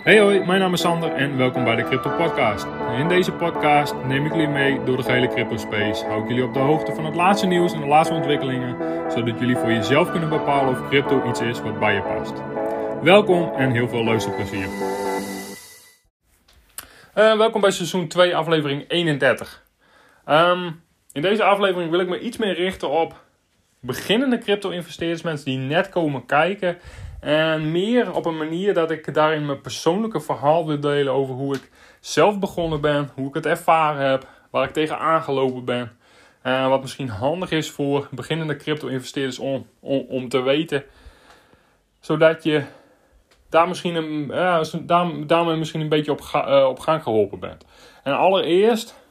Hey hoi, mijn naam is Sander en welkom bij de Crypto Podcast. In deze podcast neem ik jullie mee door de gehele crypto space. Hou ik jullie op de hoogte van het laatste nieuws en de laatste ontwikkelingen, zodat jullie voor jezelf kunnen bepalen of crypto iets is wat bij je past. Welkom en heel veel luisterplezier. Welkom bij seizoen 2, aflevering 31. In deze aflevering wil ik me iets meer richten op beginnende crypto-investeerders, mensen die net komen kijken. En meer op een manier dat ik daarin mijn persoonlijke verhaal wil delen over hoe ik zelf begonnen ben, hoe ik het ervaren heb, waar ik tegen aangelopen ben. Wat misschien handig is voor beginnende crypto-investeerders om te weten. Zodat je daar misschien daarmee misschien een beetje op gang geholpen bent. En allereerst,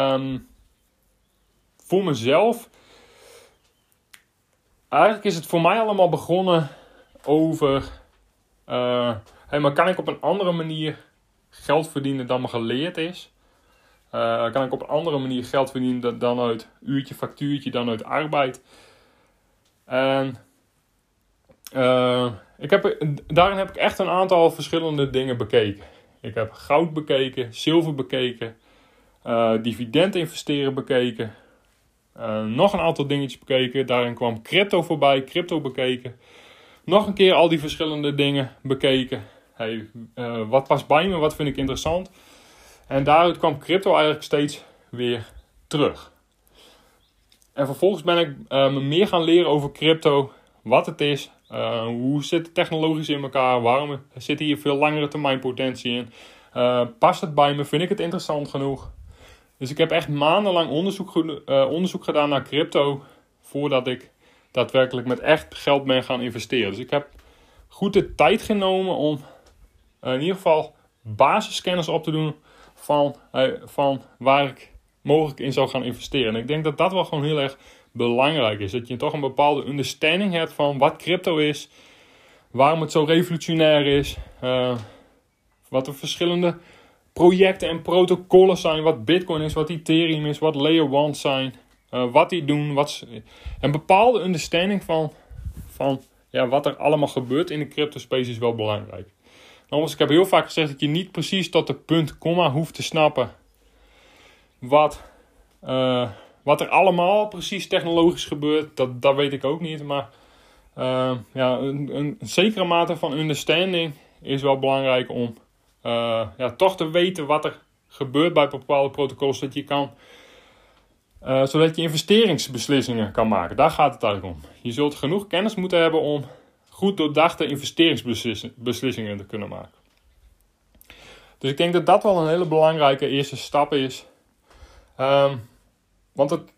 voor mezelf. Eigenlijk is het voor mij allemaal begonnen over, maar kan ik op een andere manier geld verdienen dan me geleerd is? Kan ik op een andere manier geld verdienen dan uit uurtje, factuurtje, dan uit arbeid? En daarin heb ik echt een aantal verschillende dingen bekeken. Ik heb goud bekeken, zilver bekeken, dividend investeren bekeken. Nog een aantal dingetjes bekeken. Daarin kwam crypto voorbij, crypto bekeken. Nog een keer al die verschillende dingen bekeken. Wat past bij me, wat vind ik interessant. En daaruit kwam crypto eigenlijk steeds weer terug. En vervolgens ben ik me meer gaan leren over crypto. Wat het is, hoe zit het technologisch in elkaar, waarom zit hier veel langere termijn potentie in. Past het bij me, vind ik het interessant genoeg. Dus ik heb echt maandenlang onderzoek gedaan naar crypto voordat ik daadwerkelijk met echt geld ben gaan investeren. Dus ik heb goed de tijd genomen om in ieder geval basiskennis op te doen van waar ik mogelijk in zou gaan investeren. En ik denk dat dat wel gewoon heel erg belangrijk is. Dat je toch een bepaalde understanding hebt van wat crypto is, waarom het zo revolutionair is, wat de verschillende projecten en protocollen zijn, wat Bitcoin is, wat Ethereum is, wat Layer 1 zijn, wat die doen, een bepaalde understanding van wat er allemaal gebeurt in de crypto space is wel belangrijk. Nogmaals, ik heb heel vaak gezegd dat je niet precies tot de punt, komma hoeft te snappen wat er allemaal precies technologisch gebeurt. Dat weet ik ook niet, maar een zekere mate van understanding is wel belangrijk om toch te weten wat er gebeurt bij bepaalde protocollen, zodat je investeringsbeslissingen kan maken. Daar gaat het eigenlijk om. Je zult genoeg kennis moeten hebben om goed doordachte investeringsbeslissingen te kunnen maken. Dus ik denk dat dat wel een hele belangrijke eerste stap is. Want het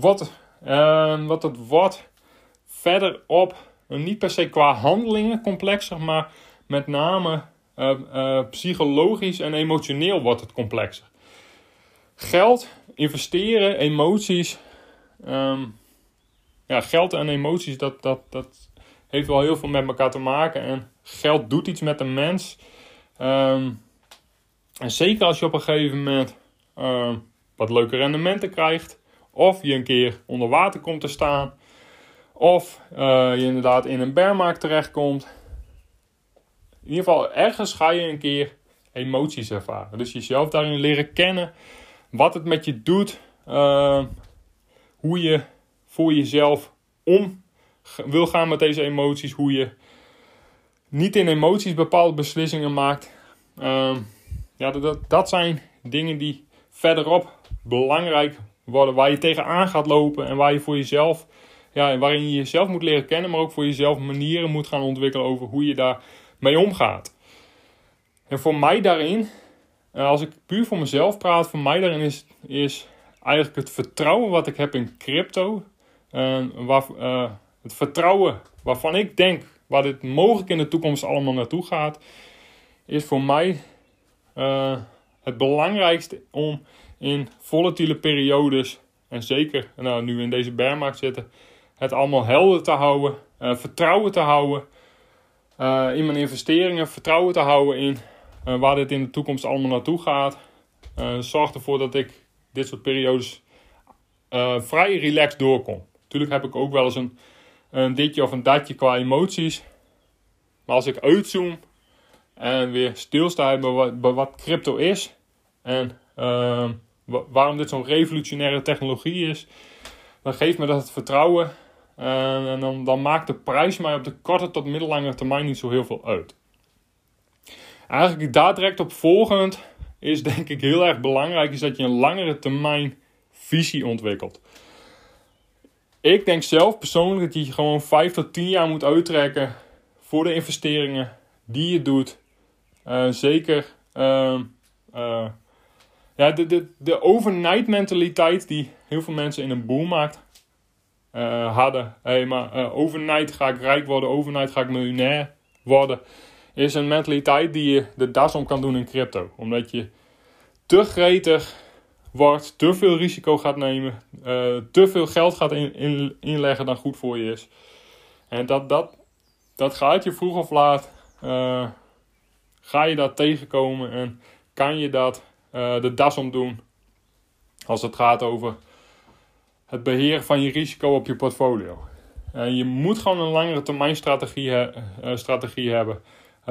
wordt verderop niet per se qua handelingen complexer, maar met name psychologisch en emotioneel wordt het complexer. Geld, investeren, emoties. Geld en emoties, dat heeft wel heel veel met elkaar te maken. En geld doet iets met de mens. En zeker als je op een gegeven moment wat leuke rendementen krijgt. Of je een keer onder water komt te staan. Of je inderdaad in een bearmarkt terechtkomt. In ieder geval, ergens ga je een keer emoties ervaren. Dus jezelf daarin leren kennen. Wat het met je doet. Hoe je voor jezelf om wil gaan met deze emoties. Hoe je niet in emoties bepaalde beslissingen maakt. Dat zijn dingen die verderop belangrijk worden. Waar je tegenaan gaat lopen. En waar je voor jezelf, waarin je jezelf moet leren kennen. Maar ook voor jezelf manieren moet gaan ontwikkelen over hoe je daar mee omgaat. En voor mij daarin, als ik puur voor mezelf praat, voor mij daarin is eigenlijk het vertrouwen wat ik heb in crypto. Het vertrouwen waarvan ik denk waar dit mogelijk in de toekomst allemaal naartoe gaat, is voor mij het belangrijkste om in volatiele periodes, en zeker nu we in deze bearmarkt zitten, het allemaal helder te houden, vertrouwen te houden in mijn investeringen, vertrouwen te houden in waar dit in de toekomst allemaal naartoe gaat. Zorg ervoor dat ik dit soort periodes vrij relaxed doorkom. Natuurlijk heb ik ook wel eens een ditje of een datje qua emoties. Maar als ik uitzoom En weer stilstaan bij wat crypto is. En waarom dit zo'n revolutionaire technologie is. Dan geeft me dat het vertrouwen. En dan maakt de prijs mij op de korte tot middellange termijn niet zo heel veel uit. Eigenlijk daar direct op volgend is denk ik heel erg belangrijk. Is dat je een langere termijn visie ontwikkelt. Ik denk zelf persoonlijk dat je gewoon 5 tot 10 jaar moet uittrekken voor de investeringen die je doet. Zeker de overnight mentaliteit die heel veel mensen in een boelmarkt hadden. Maar overnight ga ik rijk worden, overnight ga ik miljonair worden. Is een mentaliteit die je de das om kan doen in crypto. Omdat je te gretig wordt, te veel risico gaat nemen, te veel geld gaat inleggen dan goed voor je is. En dat gaat je vroeg of laat, ga je dat tegenkomen en kan je dat de das om doen als het gaat over het beheren van je risico op je portfolio. Je moet gewoon een langere termijn strategie hebben.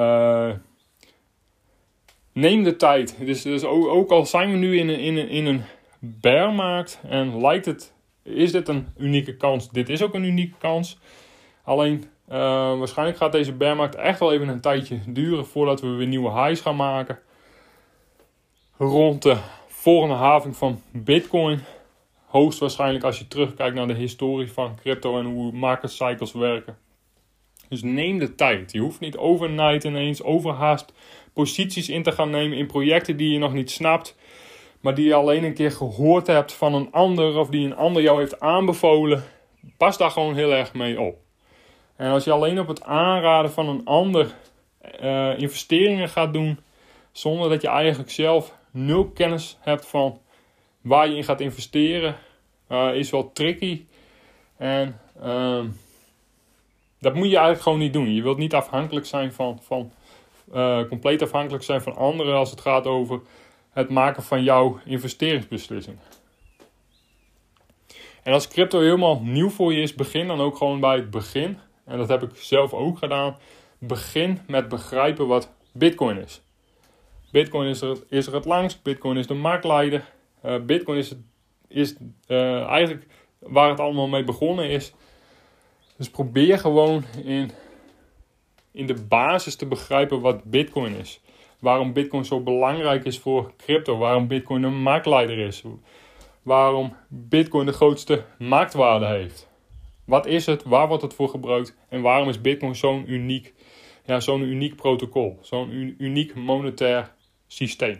Neem de tijd. Dus ook al zijn we nu in een bearmarkt en is dit een unieke kans. Dit is ook een unieke kans. Alleen waarschijnlijk gaat deze bearmarkt echt wel even een tijdje duren voordat we weer nieuwe highs gaan maken. Rond de volgende halving van Bitcoin. Hoogstwaarschijnlijk als je terugkijkt naar de historie van crypto en hoe market cycles werken. Dus neem de tijd. Je hoeft niet overnight ineens overhaast posities in te gaan nemen in projecten die je nog niet snapt. Maar die je alleen een keer gehoord hebt van een ander of die een ander jou heeft aanbevolen. Pas daar gewoon heel erg mee op. En als je alleen op het aanraden van een ander investeringen gaat doen. Zonder dat je eigenlijk zelf nul kennis hebt van waar je in gaat investeren. Is wel tricky. En dat moet je eigenlijk gewoon niet doen. Je wilt niet afhankelijk zijn compleet afhankelijk zijn van anderen als het gaat over het maken van jouw investeringsbeslissing. En als crypto helemaal nieuw voor je is, begin dan ook gewoon bij het begin. En dat heb ik zelf ook gedaan. Begin met begrijpen wat Bitcoin is. Bitcoin is er het langst. Bitcoin is de marktleider. Bitcoin is eigenlijk waar het allemaal mee begonnen is. Dus probeer gewoon in de basis te begrijpen wat Bitcoin is. Waarom Bitcoin zo belangrijk is voor crypto. Waarom Bitcoin een marktleider is. Waarom Bitcoin de grootste marktwaarde heeft. Wat is het? Waar wordt het voor gebruikt? En waarom is Bitcoin zo'n uniek protocol? Zo'n uniek monetair systeem.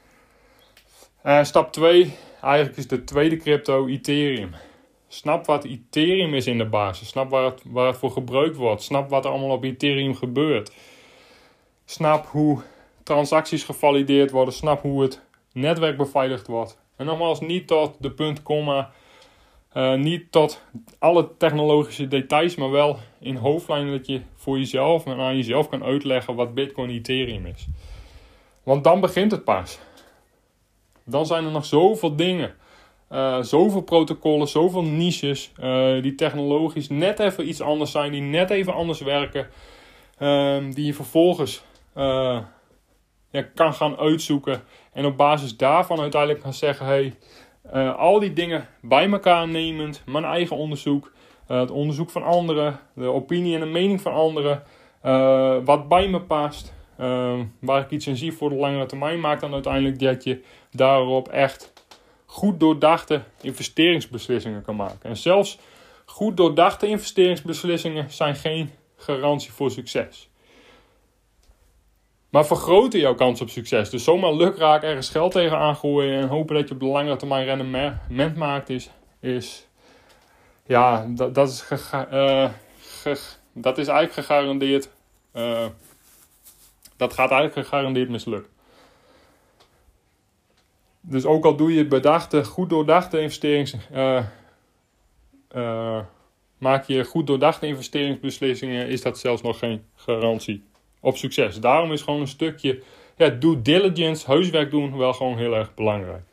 Stap 2. Eigenlijk is de tweede crypto Ethereum. Snap wat Ethereum is in de basis. Snap waar het voor gebruikt wordt. Snap wat er allemaal op Ethereum gebeurt. Snap hoe transacties gevalideerd worden. Snap hoe het netwerk beveiligd wordt. En nogmaals, niet tot de punt, komma. Niet tot alle technologische details. Maar wel in hoofdlijnen dat je voor jezelf en aan jezelf kan uitleggen wat Bitcoin Ethereum is. Want dan begint het pas. Dan zijn er nog zoveel dingen. Zoveel protocollen, zoveel niches. Die technologisch net even iets anders zijn. Die net even anders werken. Die je vervolgens kan gaan uitzoeken. En op basis daarvan uiteindelijk gaan zeggen. Al die dingen bij elkaar nemend. Mijn eigen onderzoek. Het onderzoek van anderen. De opinie en de mening van anderen. Wat bij me past. Waar ik iets in zie voor de langere termijn. Maakt dan uiteindelijk dat je daarop echt goed doordachte investeringsbeslissingen kan maken. En zelfs goed doordachte investeringsbeslissingen zijn geen garantie voor succes. Maar vergroten jouw kans op succes. Dus zomaar lukraak ergens geld tegenaan gooien en hopen dat je op de langere termijn rendement maakt dat is eigenlijk gegarandeerd. Dat gaat eigenlijk gegarandeerd mislukken. Dus ook al doe je goed doordachte maak je goed doordachte investeringsbeslissingen, is dat zelfs nog geen garantie op succes. Daarom is gewoon een stukje due diligence, huiswerk doen, wel gewoon heel erg belangrijk.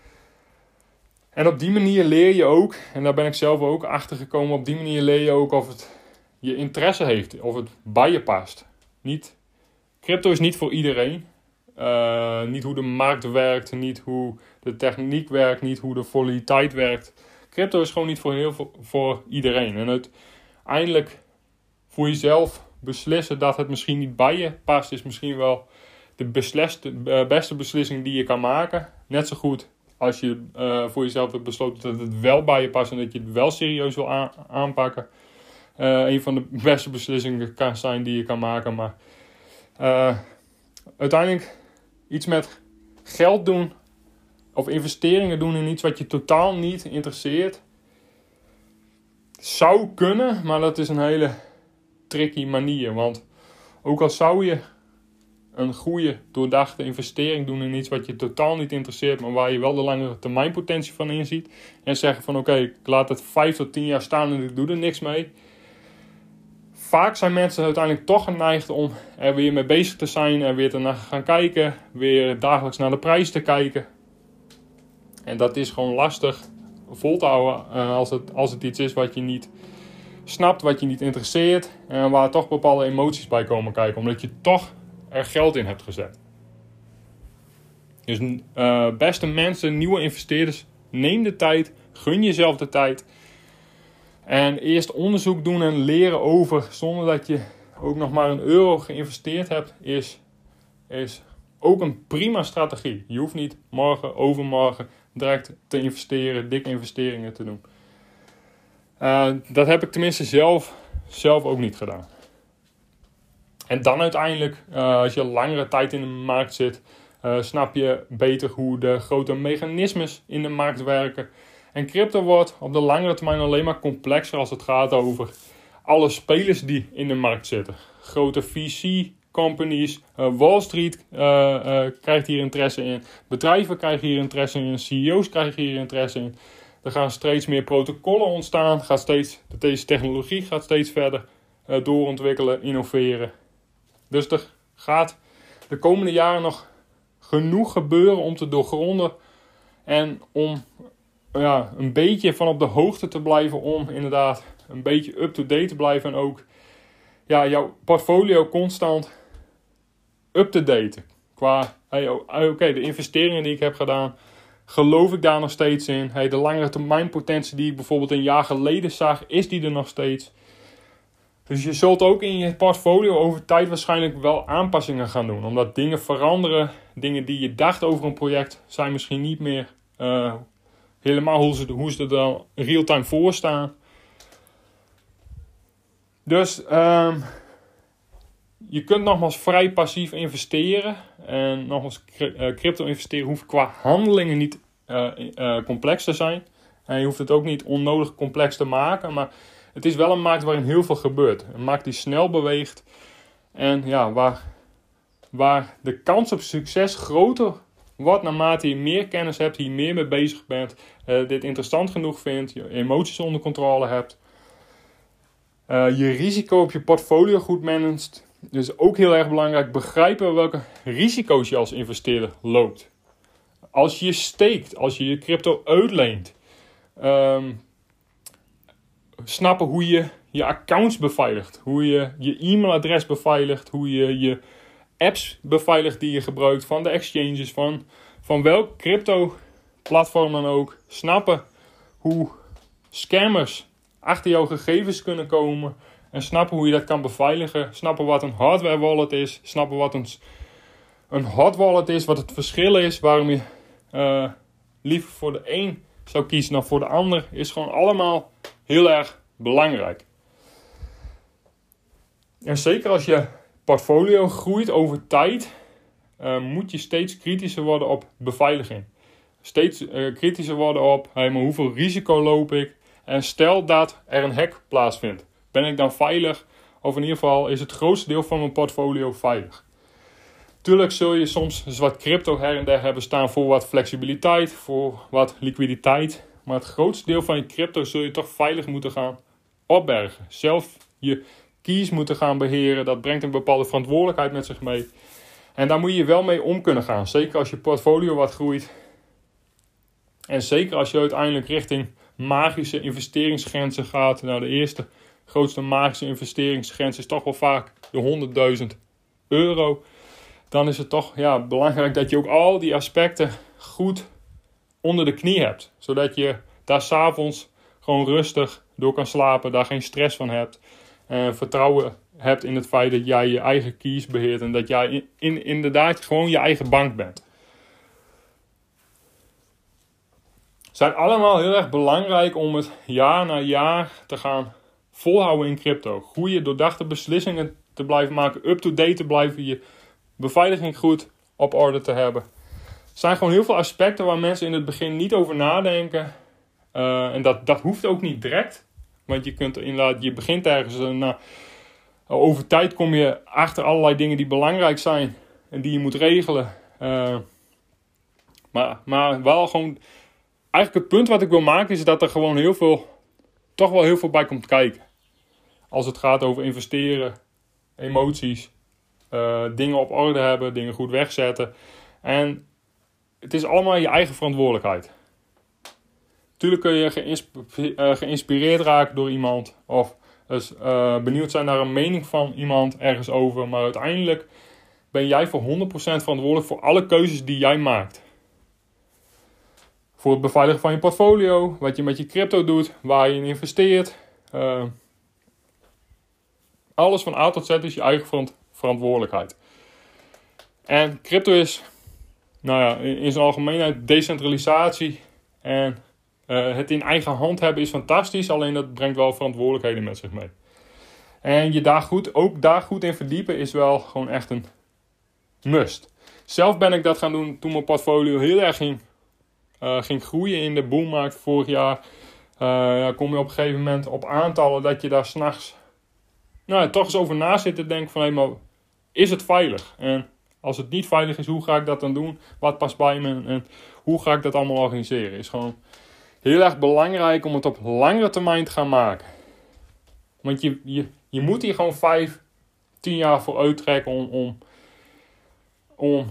En op die manier leer je ook, en daar ben ik zelf ook achter gekomen, op die manier leer je ook of het je interesse heeft, of het bij je past. Niet Crypto is niet voor iedereen. Niet hoe de markt werkt, niet hoe de techniek werkt, niet hoe de volatiliteit werkt. Crypto is gewoon niet voor iedereen. En uiteindelijk voor jezelf beslissen dat het misschien niet bij je past, is misschien wel de beste beslissing die je kan maken. Net zo goed als je voor jezelf hebt besloten dat het wel bij je past en dat je het wel serieus wil aanpakken. Een van de beste beslissingen kan zijn die je kan maken. Maar uiteindelijk iets met geld doen of investeringen doen in iets wat je totaal niet interesseert. Zou kunnen, maar dat is een hele tricky manier. Want ook al zou je een goede, doordachte investering doen in iets wat je totaal niet interesseert, maar waar je wel de langere termijn potentie van inziet. En zeggen van oké, ik laat het 5 tot 10 jaar staan en ik doe er niks mee. Vaak zijn mensen uiteindelijk toch geneigd om er weer mee bezig te zijn. Er weer te gaan kijken. Weer dagelijks naar de prijs te kijken. En dat is gewoon lastig vol te houden als het iets is wat je niet snapt, wat je niet interesseert. En waar toch bepaalde emoties bij komen kijken. Omdat je toch er geld in hebt gezet. Dus beste mensen, nieuwe investeerders, neem de tijd. Gun jezelf de tijd. En eerst onderzoek doen en leren over, zonder dat je ook nog maar €1 geïnvesteerd hebt, is ook een prima strategie. Je hoeft niet morgen, overmorgen direct te investeren, dikke investeringen te doen. Dat heb ik tenminste zelf ook niet gedaan. En dan uiteindelijk, als je langere tijd in de markt zit, snap je beter hoe de grote mechanismes in de markt werken. En crypto wordt op de langere termijn alleen maar complexer als het gaat over alle spelers die in de markt zitten. Grote VC-companies, Wall Street krijgt hier interesse in, bedrijven krijgen hier interesse in, CEO's krijgen hier interesse in. Er gaan steeds meer protocollen ontstaan, deze technologie gaat steeds verder doorontwikkelen, innoveren. Dus er gaat de komende jaren nog genoeg gebeuren om te doorgronden en om een beetje van op de hoogte te blijven, om inderdaad een beetje up-to-date te blijven en ook jouw portfolio constant up-to-daten. Qua, de investeringen die ik heb gedaan, geloof ik daar nog steeds in? De langere termijn potentie die ik bijvoorbeeld een jaar geleden zag, is die er nog steeds? Dus je zult ook in je portfolio over tijd waarschijnlijk wel aanpassingen gaan doen. Omdat dingen veranderen. Dingen die je dacht over een project zijn misschien niet meer helemaal hoe ze er dan real-time voor staan. Dus je kunt nogmaals vrij passief investeren. En nogmaals, crypto investeren hoeft qua handelingen niet complex te zijn. En je hoeft het ook niet onnodig complex te maken. Maar het is wel een markt waarin heel veel gebeurt. Een markt die snel beweegt. En waar de kans op succes groter wordt naarmate je meer kennis hebt, hier meer mee bezig bent, dit interessant genoeg vindt, je emoties onder controle hebt, je risico op je portfolio goed managt. Dus ook heel erg belangrijk, begrijpen welke risico's je als investeerder loopt. Als je je steekt, als je je crypto uitleent, snappen hoe je je accounts beveiligt, hoe je je e-mailadres beveiligt, hoe je je apps beveiligt die je gebruikt van de exchanges, van welk crypto platform dan ook. Snappen hoe scammers achter jouw gegevens kunnen komen en snappen hoe je dat kan beveiligen. Snappen wat een hardware wallet is, snappen wat een hot wallet is, wat het verschil is, waarom je liever voor de een zou kiezen dan voor de ander, is gewoon allemaal heel erg belangrijk. En zeker als je portfolio groeit over tijd, moet je steeds kritischer worden op beveiliging. Steeds kritischer worden op maar hoeveel risico loop ik. En stel dat er een hack plaatsvindt. Ben ik dan veilig? Of in ieder geval is het grootste deel van mijn portfolio veilig. Tuurlijk zul je soms eens wat crypto her en der hebben staan voor wat flexibiliteit, voor wat liquiditeit. Maar het grootste deel van je crypto zul je toch veilig moeten gaan opbergen. Zelf je keys moeten gaan beheren. Dat brengt een bepaalde verantwoordelijkheid met zich mee. En daar moet je wel mee om kunnen gaan. Zeker als je portfolio wat groeit. En zeker als je uiteindelijk richting magische investeringsgrenzen gaat. Nou, de eerste grootste magische investeringsgrens is toch wel vaak de €100.000. dan is het toch belangrijk dat je ook al die aspecten goed onder de knie hebt. Zodat je daar 's avonds gewoon rustig door kan slapen, daar geen stress van hebt. En vertrouwen hebt in het feit dat jij je eigen keys beheert en dat jij inderdaad gewoon je eigen bank bent. Zijn allemaal heel erg belangrijk om het jaar na jaar te gaan volhouden in crypto. Goede, doordachte beslissingen te blijven maken, up-to-date te blijven, je beveiliging goed op orde te hebben. Er zijn gewoon heel veel aspecten waar mensen in het begin niet over nadenken. En dat hoeft ook niet direct. Want je kunt inderdaad, je begint ergens, over tijd kom je achter allerlei dingen die belangrijk zijn en die je moet regelen. Maar wel gewoon, eigenlijk het punt wat ik wil maken is dat er gewoon toch wel heel veel bij komt kijken. Als het gaat over investeren, emoties, dingen op orde hebben, dingen goed wegzetten. En het is allemaal je eigen verantwoordelijkheid. Tuurlijk kun je geïnspireerd raken door iemand of benieuwd zijn naar een mening van iemand ergens over. Maar uiteindelijk ben jij voor 100% verantwoordelijk voor alle keuzes die jij maakt. Voor het beveiligen van je portfolio, wat je met je crypto doet, waar je in investeert. Alles van A tot Z is je eigen verantwoordelijkheid. En crypto is, in zijn algemeenheid decentralisatie. En het in eigen hand hebben is fantastisch, alleen dat brengt wel verantwoordelijkheden met zich mee. En je daar goed in verdiepen is wel gewoon echt een must. Zelf ben ik dat gaan doen toen mijn portfolio heel erg ging groeien in de boommarkt vorig jaar. Kom je op een gegeven moment op aantallen dat je daar 's nachts toch eens over na zit te denken van, maar is het veilig? En als het niet veilig is, hoe ga ik dat dan doen? Wat past bij me? En hoe ga ik dat allemaal organiseren? Is gewoon heel erg belangrijk om het op langere termijn te gaan maken. Want je moet hier gewoon 5-10 jaar voor uittrekken om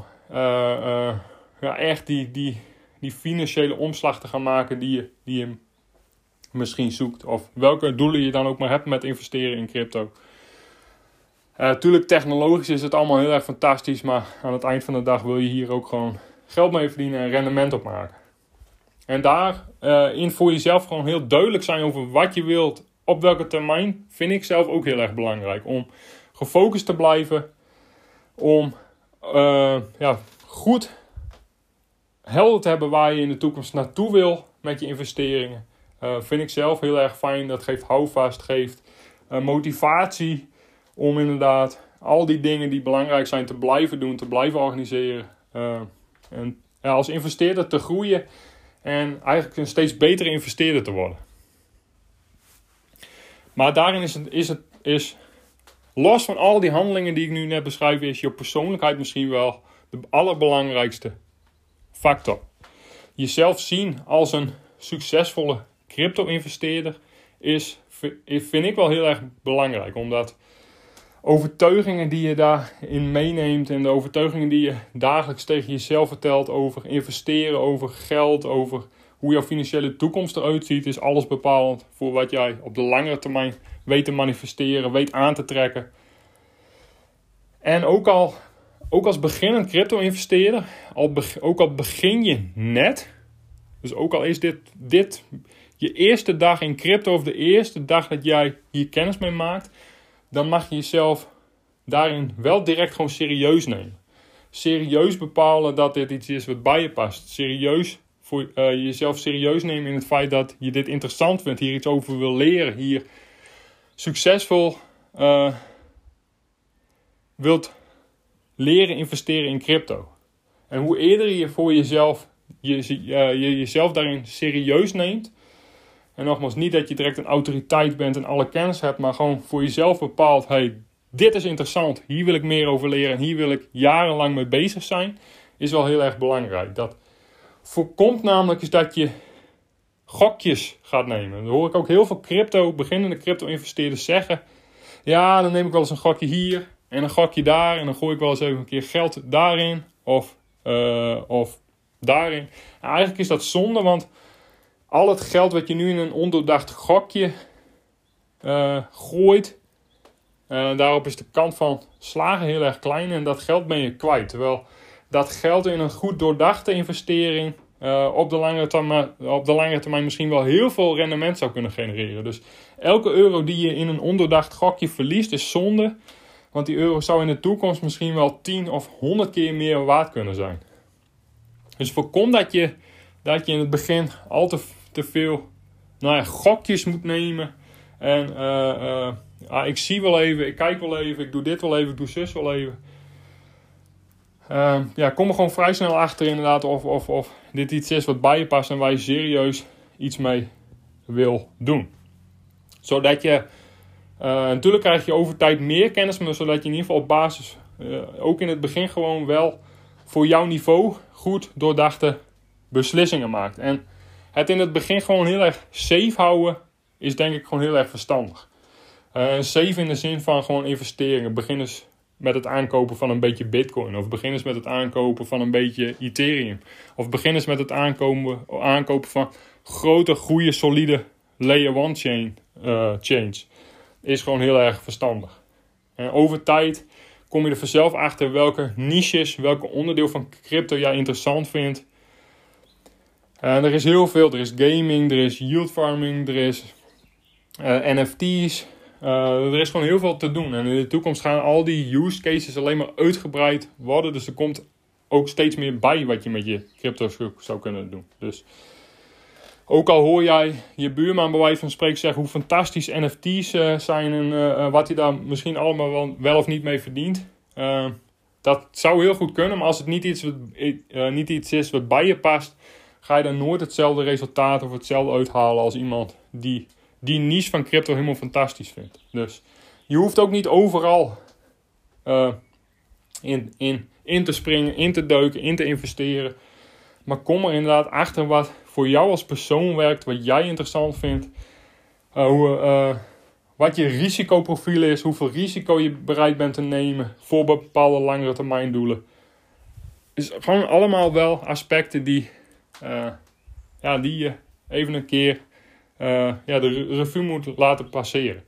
echt die financiële omslag te gaan maken die je misschien zoekt. Of welke doelen je dan ook maar hebt met investeren in crypto. Tuurlijk, technologisch is het allemaal heel erg fantastisch. Maar aan het eind van de dag wil je hier ook gewoon geld mee verdienen en rendement op maken. En daarin voor jezelf gewoon heel duidelijk zijn over wat je wilt. Op welke termijn vind ik zelf ook heel erg belangrijk. Om gefocust te blijven. Om goed helder te hebben waar je in de toekomst naartoe wil met je investeringen. Vind ik zelf heel erg fijn. Dat geeft houvast, geeft motivatie om inderdaad al die dingen die belangrijk zijn te blijven doen, te blijven organiseren. En als investeerder te groeien en eigenlijk een steeds betere investeerder te worden. Maar daarin is los van al die handelingen die ik nu net beschrijf, is je persoonlijkheid misschien wel de allerbelangrijkste factor. Jezelf zien als een succesvolle crypto-investeerder vind ik wel heel erg belangrijk. Omdat overtuigingen die je daarin meeneemt en de overtuigingen die je dagelijks tegen jezelf vertelt over investeren, over geld, over hoe jouw financiële toekomst eruit ziet, is alles bepalend voor wat jij op de langere termijn weet te manifesteren, weet aan te trekken. En ook als beginnend crypto-investeerder, ook al begin je net, dus ook al is dit je eerste dag in crypto of de eerste dag dat jij hier kennis mee maakt, dan mag je jezelf daarin wel direct gewoon serieus nemen. Serieus bepalen dat dit iets is wat bij je past. Serieus jezelf serieus nemen in het feit dat je dit interessant vindt, hier iets over wil leren, hier succesvol wilt leren investeren in crypto. En hoe eerder je voor jezelf jezelf daarin serieus neemt, en nogmaals, niet dat je direct een autoriteit bent en alle kennis hebt, maar gewoon voor jezelf bepaalt, dit is interessant, hier wil ik meer over leren en hier wil ik jarenlang mee bezig zijn, is wel heel erg belangrijk. Dat voorkomt namelijk is dat je gokjes gaat nemen. Dat hoor ik ook heel veel beginnende crypto-investeerders zeggen. Ja, dan neem ik wel eens een gokje hier en een gokje daar en dan gooi ik wel eens even een keer geld daarin of daarin. En eigenlijk is dat zonde, want al het geld wat je nu in een ondoordacht gokje gooit, Daarop is de kans van slagen heel erg klein en dat geld ben je kwijt. Terwijl dat geld in een goed doordachte investering op de lange termijn misschien wel heel veel rendement zou kunnen genereren. Dus elke euro die je in een ondoordacht gokje verliest is zonde. Want die euro zou in de toekomst misschien wel 10 of 100 keer meer waard kunnen zijn. Dus voorkom dat je in het begin al te veel gokjes moet nemen. En ik zie wel even, ik kijk wel even, ik doe dit wel even, ik doe zus wel even. Kom er gewoon vrij snel achter inderdaad of dit iets is wat bij je past en waar je serieus iets mee wil doen. Zodat je, natuurlijk krijg je over tijd meer kennis, maar zodat je in ieder geval op basis, ook in het begin gewoon wel voor jouw niveau goed doordachte beslissingen maakt. En het in het begin gewoon heel erg safe houden is denk ik gewoon heel erg verstandig. Safe in de zin van gewoon investeringen. Begin eens met het aankopen van een beetje Bitcoin. Of begin eens met het aankopen van een beetje Ethereum. Of begin eens met het aankopen van grote, goede, solide layer 1 chains. Is gewoon heel erg verstandig. En over tijd kom je er vanzelf achter welke niches, welke onderdeel van crypto jij interessant vindt. En er is heel veel. Er is gaming, er is yield farming, er is NFT's. Er is gewoon heel veel te doen. En in de toekomst gaan al die use cases alleen maar uitgebreid worden. Dus er komt ook steeds meer bij wat je met je crypto zou kunnen doen. Dus ook al hoor jij je buurman bij wijze van spreken zeggen hoe fantastisch NFT's zijn en wat hij daar misschien allemaal wel of niet mee verdient. Dat zou heel goed kunnen, maar als het niet iets is wat bij je past, ga je dan nooit hetzelfde resultaat of hetzelfde uithalen als iemand die niche van crypto helemaal fantastisch vindt. Dus je hoeft ook niet overal in te springen, in te duiken, in te investeren. Maar kom er inderdaad achter wat voor jou als persoon werkt, wat jij interessant vindt. Wat je risicoprofiel is, hoeveel risico je bereid bent te nemen voor bepaalde langere termijn doelen. Is gewoon allemaal wel aspecten die je even een keer de revue moet laten passeren.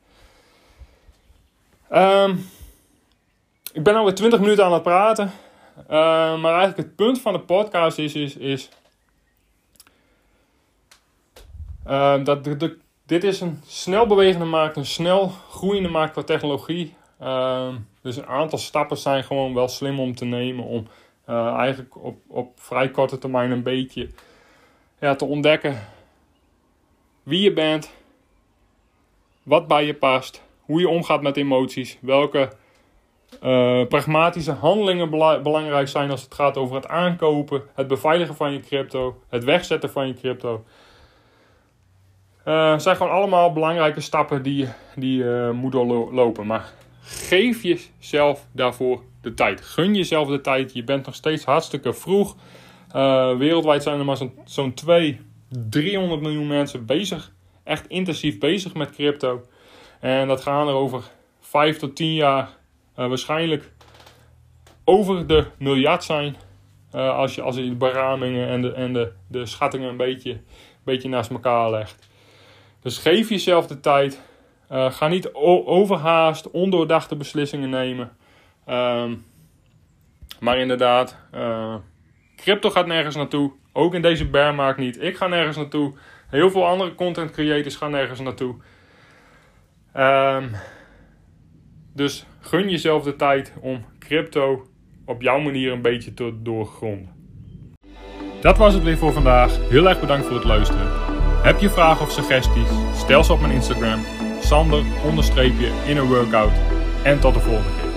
Ik ben alweer 20 minuten aan het praten. Maar eigenlijk het punt van de podcast is dat dit is een snel bewegende markt, een snel groeiende markt qua technologie. Dus een aantal stappen zijn gewoon wel slim om te nemen om eigenlijk op vrij korte termijn een beetje te ontdekken wie je bent, wat bij je past, hoe je omgaat met emoties, welke pragmatische handelingen belangrijk zijn als het gaat over het aankopen, het beveiligen van je crypto, het wegzetten van je crypto. Het zijn gewoon allemaal belangrijke stappen die je moet doorlopen. Maar geef jezelf daarvoor de tijd. Gun jezelf de tijd. Je bent nog steeds hartstikke vroeg. Wereldwijd zijn er maar zo'n 300 miljoen mensen bezig. Echt intensief bezig met crypto. En dat gaan er over 5 tot 10 jaar waarschijnlijk over de miljard zijn. Als je de beramingen en de schattingen een beetje naast elkaar legt. Dus geef jezelf de tijd. Ga niet overhaast, ondoordachte beslissingen nemen. Maar inderdaad, crypto gaat nergens naartoe. Ook in deze bearmarkt niet. Ik ga nergens naartoe. Heel veel andere content creators gaan nergens naartoe. Dus gun jezelf de tijd om crypto op jouw manier een beetje te doorgronden. Dat was het weer voor vandaag. Heel erg bedankt voor het luisteren. Heb je vragen of suggesties? Stel ze op mijn Instagram. Sander_innerworkout. En tot de volgende keer.